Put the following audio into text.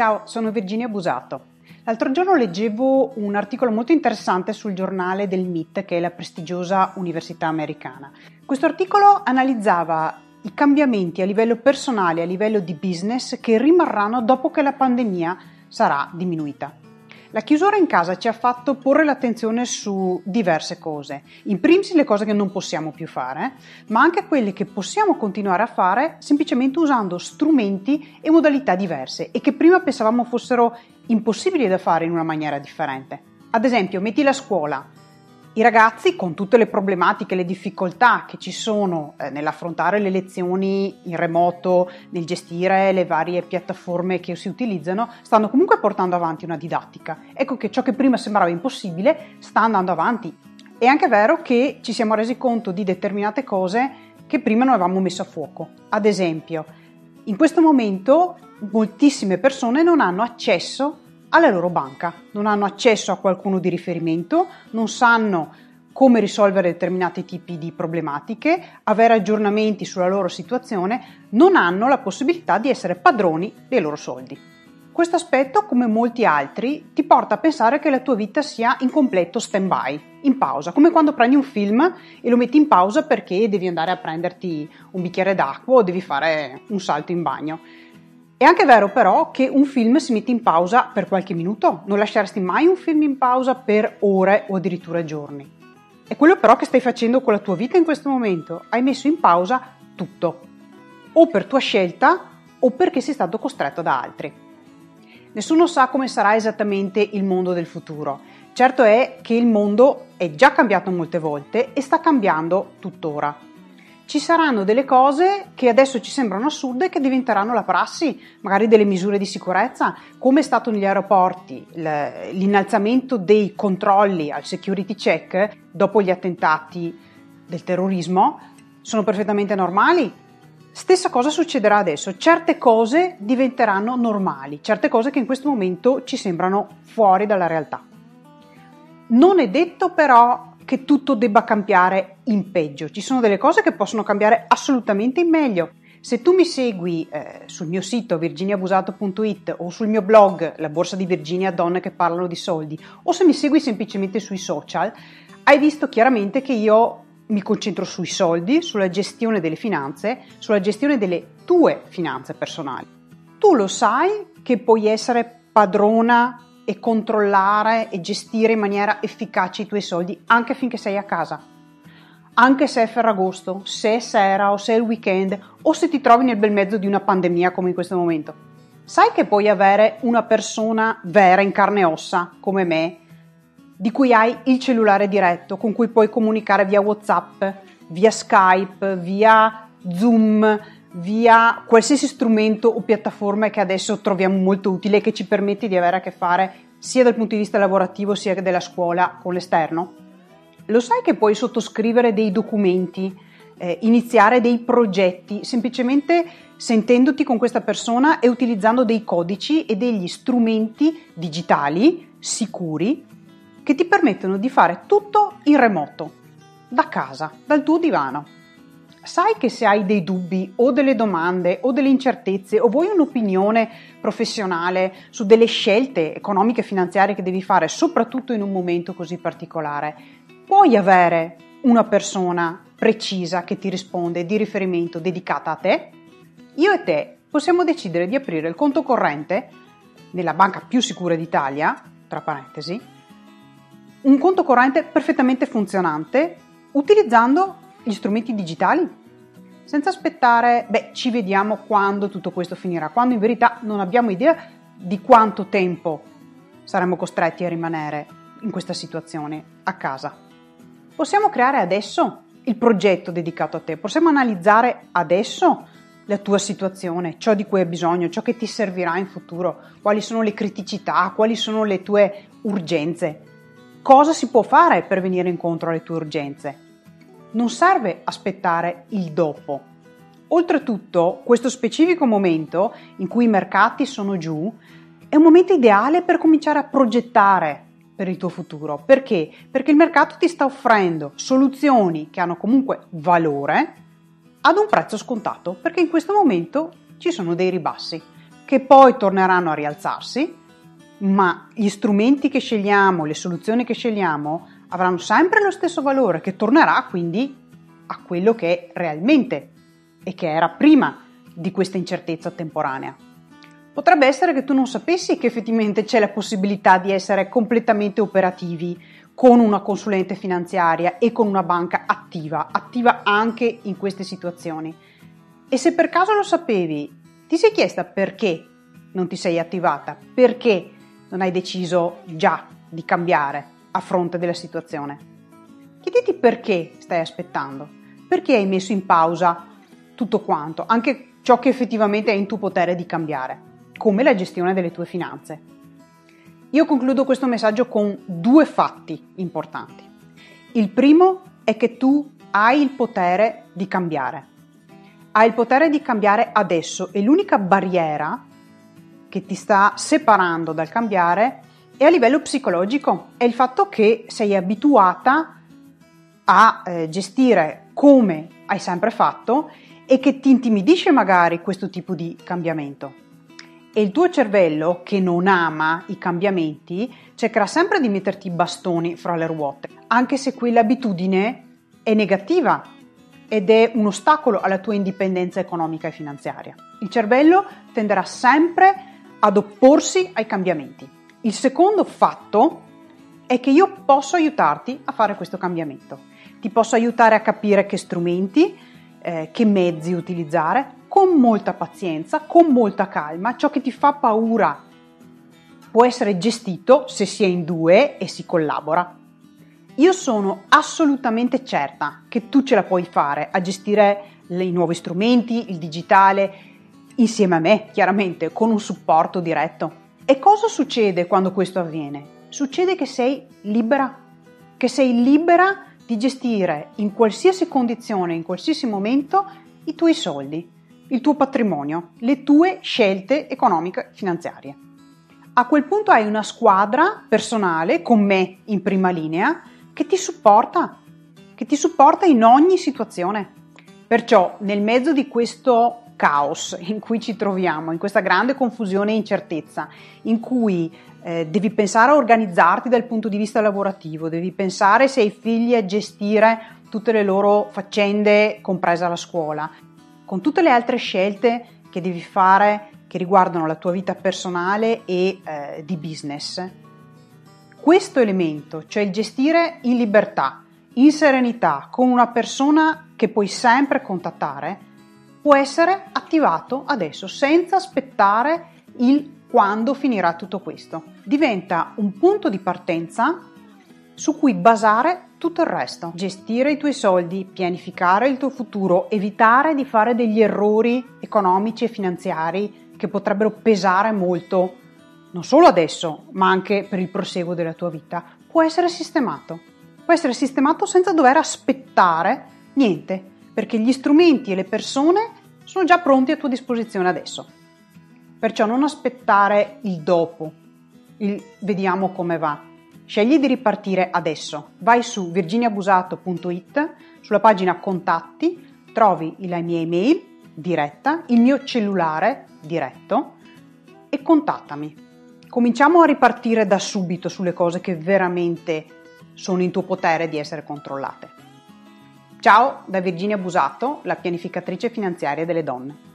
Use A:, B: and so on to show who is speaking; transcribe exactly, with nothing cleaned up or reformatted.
A: Ciao, sono Virginia Busato. L'altro giorno leggevo un articolo molto interessante sul giornale del M I T, che è la prestigiosa università americana. Questo articolo analizzava i cambiamenti a livello personale e a livello di business che rimarranno dopo che la pandemia sarà diminuita. La chiusura in casa ci ha fatto porre l'attenzione su diverse cose, in primis le cose che non possiamo più fare, ma anche quelle che possiamo continuare a fare semplicemente usando strumenti e modalità diverse e che prima pensavamo fossero impossibili da fare in una maniera differente. Ad esempio, metti la scuola. I ragazzi, con tutte le problematiche e le difficoltà che ci sono eh, nell'affrontare le lezioni in remoto, nel gestire le varie piattaforme che si utilizzano, stanno comunque portando avanti una didattica. Ecco che ciò che prima sembrava impossibile sta andando avanti. È anche vero che ci siamo resi conto di determinate cose che prima non avevamo messo a fuoco. Ad esempio, in questo momento moltissime persone non hanno accesso alla loro banca, non hanno accesso a qualcuno di riferimento, non sanno come risolvere determinati tipi di problematiche, avere aggiornamenti sulla loro situazione, non hanno la possibilità di essere padroni dei loro soldi. Questo aspetto, come molti altri, ti porta a pensare che la tua vita sia in completo stand-by, in pausa, come quando prendi un film e lo metti in pausa perché devi andare a prenderti un bicchiere d'acqua o devi fare un salto in bagno. È anche vero però che un film si mette in pausa per qualche minuto, non lasceresti mai un film in pausa per ore o addirittura giorni. È quello però che stai facendo con la tua vita in questo momento, hai messo in pausa tutto, o per tua scelta o perché sei stato costretto da altri. Nessuno sa come sarà esattamente il mondo del futuro, certo è che il mondo è già cambiato molte volte e sta cambiando tuttora. Ci saranno delle cose che adesso ci sembrano assurde che diventeranno la prassi, magari delle misure di sicurezza, come è stato negli aeroporti, l'innalzamento dei controlli al security check dopo gli attentati del terrorismo, sono perfettamente normali. Stessa cosa succederà adesso, certe cose diventeranno normali, certe cose che in questo momento ci sembrano fuori dalla realtà. Non è detto però che tutto debba cambiare in peggio, ci sono delle cose che possono cambiare assolutamente in meglio. Se tu mi segui eh, sul mio sito virginia busato punto it o sul mio blog La Borsa di Virginia, donne che parlano di soldi, o se mi segui semplicemente sui social, hai visto chiaramente che io mi concentro sui soldi, sulla gestione delle finanze, sulla gestione delle tue finanze personali. Tu lo sai che puoi essere padrona e controllare e gestire in maniera efficace i tuoi soldi anche finché sei a casa, anche se è Ferragosto, se è sera o se è il weekend o se ti trovi nel bel mezzo di una pandemia come in questo momento. Sai che puoi avere una persona vera in carne e ossa come me, di cui hai il cellulare diretto, con cui puoi comunicare via WhatsApp, via Skype, via Zoom, via qualsiasi strumento o piattaforma che adesso troviamo molto utile e che ci permette di avere a che fare sia dal punto di vista lavorativo sia della scuola con l'esterno? Lo sai che puoi sottoscrivere dei documenti, eh, iniziare dei progetti semplicemente sentendoti con questa persona e utilizzando dei codici e degli strumenti digitali sicuri che ti permettono di fare tutto in remoto, da casa, dal tuo divano. Sai che se hai dei dubbi o delle domande o delle incertezze o vuoi un'opinione professionale su delle scelte economiche e finanziarie che devi fare, soprattutto in un momento così particolare, puoi avere una persona precisa che ti risponde, di riferimento, dedicata a te? Io e te possiamo decidere di aprire il conto corrente nella banca più sicura d'Italia, tra parentesi, un conto corrente perfettamente funzionante utilizzando gli strumenti digitali, senza aspettare, beh, ci vediamo quando tutto questo finirà, quando in verità non abbiamo idea di quanto tempo saremo costretti a rimanere in questa situazione a casa. Possiamo creare adesso il progetto dedicato a te, possiamo analizzare adesso la tua situazione, ciò di cui hai bisogno, ciò che ti servirà in futuro, quali sono le criticità, quali sono le tue urgenze, cosa si può fare per venire incontro alle tue urgenze. Non serve aspettare il dopo. Oltretutto, questo specifico momento in cui i mercati sono giù è un momento ideale per cominciare a progettare per il tuo futuro. Perché? Perché il mercato ti sta offrendo soluzioni che hanno comunque valore ad un prezzo scontato, perché in questo momento ci sono dei ribassi che poi torneranno a rialzarsi, ma gli strumenti che scegliamo, le soluzioni che scegliamo avranno sempre lo stesso valore, che tornerà quindi a quello che è realmente e che era prima di questa incertezza temporanea. Potrebbe essere che tu non sapessi che effettivamente c'è la possibilità di essere completamente operativi con una consulente finanziaria e con una banca attiva, attiva anche in queste situazioni. E se per caso lo sapevi, ti sei chiesta perché non ti sei attivata? Perché non hai deciso già di cambiare a fronte della situazione? Chiediti perché stai aspettando, perché hai messo in pausa tutto quanto, anche ciò che effettivamente è in tuo potere di cambiare, come la gestione delle tue finanze. Io concludo questo messaggio con due fatti importanti. Il primo è che tu hai il potere di cambiare. Hai il potere di cambiare adesso e l'unica barriera che ti sta separando dal cambiare è a livello psicologico. È il fatto che sei abituata a eh, gestire come hai sempre fatto e che ti intimidisce magari questo tipo di cambiamento. E il tuo cervello, che non ama i cambiamenti, cercherà sempre di metterti i bastoni fra le ruote, anche se quell'abitudine è negativa ed è un ostacolo alla tua indipendenza economica e finanziaria. Il cervello tenderà sempre ad opporsi ai cambiamenti. Il secondo fatto è che io posso aiutarti a fare questo cambiamento. Ti posso aiutare a capire che strumenti, eh, che mezzi utilizzare, con molta pazienza, con molta calma. Ciò che ti fa paura può essere gestito se si è in due e si collabora. Io sono assolutamente certa che tu ce la puoi fare a gestire i nuovi strumenti, il digitale, insieme a me, chiaramente, con un supporto diretto. E cosa succede quando questo avviene? Succede che sei libera, che sei libera di gestire in qualsiasi condizione, in qualsiasi momento, i tuoi soldi, il tuo patrimonio, le tue scelte economiche finanziarie. A quel punto hai una squadra personale, con me in prima linea, che ti supporta, che ti supporta in ogni situazione. Perciò, nel mezzo di questo caos in cui ci troviamo, in questa grande confusione e incertezza, in cui eh, devi pensare a organizzarti dal punto di vista lavorativo, devi pensare se hai figli a gestire tutte le loro faccende, compresa la scuola, con tutte le altre scelte che devi fare che riguardano la tua vita personale e eh, di business. Questo elemento, cioè il gestire in libertà, in serenità, con una persona che puoi sempre contattare, può essere attivato adesso, senza aspettare il quando finirà tutto questo. Diventa un punto di partenza su cui basare tutto il resto. Gestire i tuoi soldi, pianificare il tuo futuro, evitare di fare degli errori economici e finanziari che potrebbero pesare molto, non solo adesso, ma anche per il proseguo della tua vita, può essere sistemato. Può essere sistemato senza dover aspettare niente, perché gli strumenti e le persone sono già pronti a tua disposizione adesso. Perciò non aspettare il dopo, il vediamo come va. Scegli di ripartire adesso. Vai su virginiabusato punto it, sulla pagina contatti, trovi la mia email diretta, il mio cellulare diretto e contattami. Cominciamo a ripartire da subito sulle cose che veramente sono in tuo potere di essere controllate. Ciao da Virginia Busato, la pianificatrice finanziaria delle donne.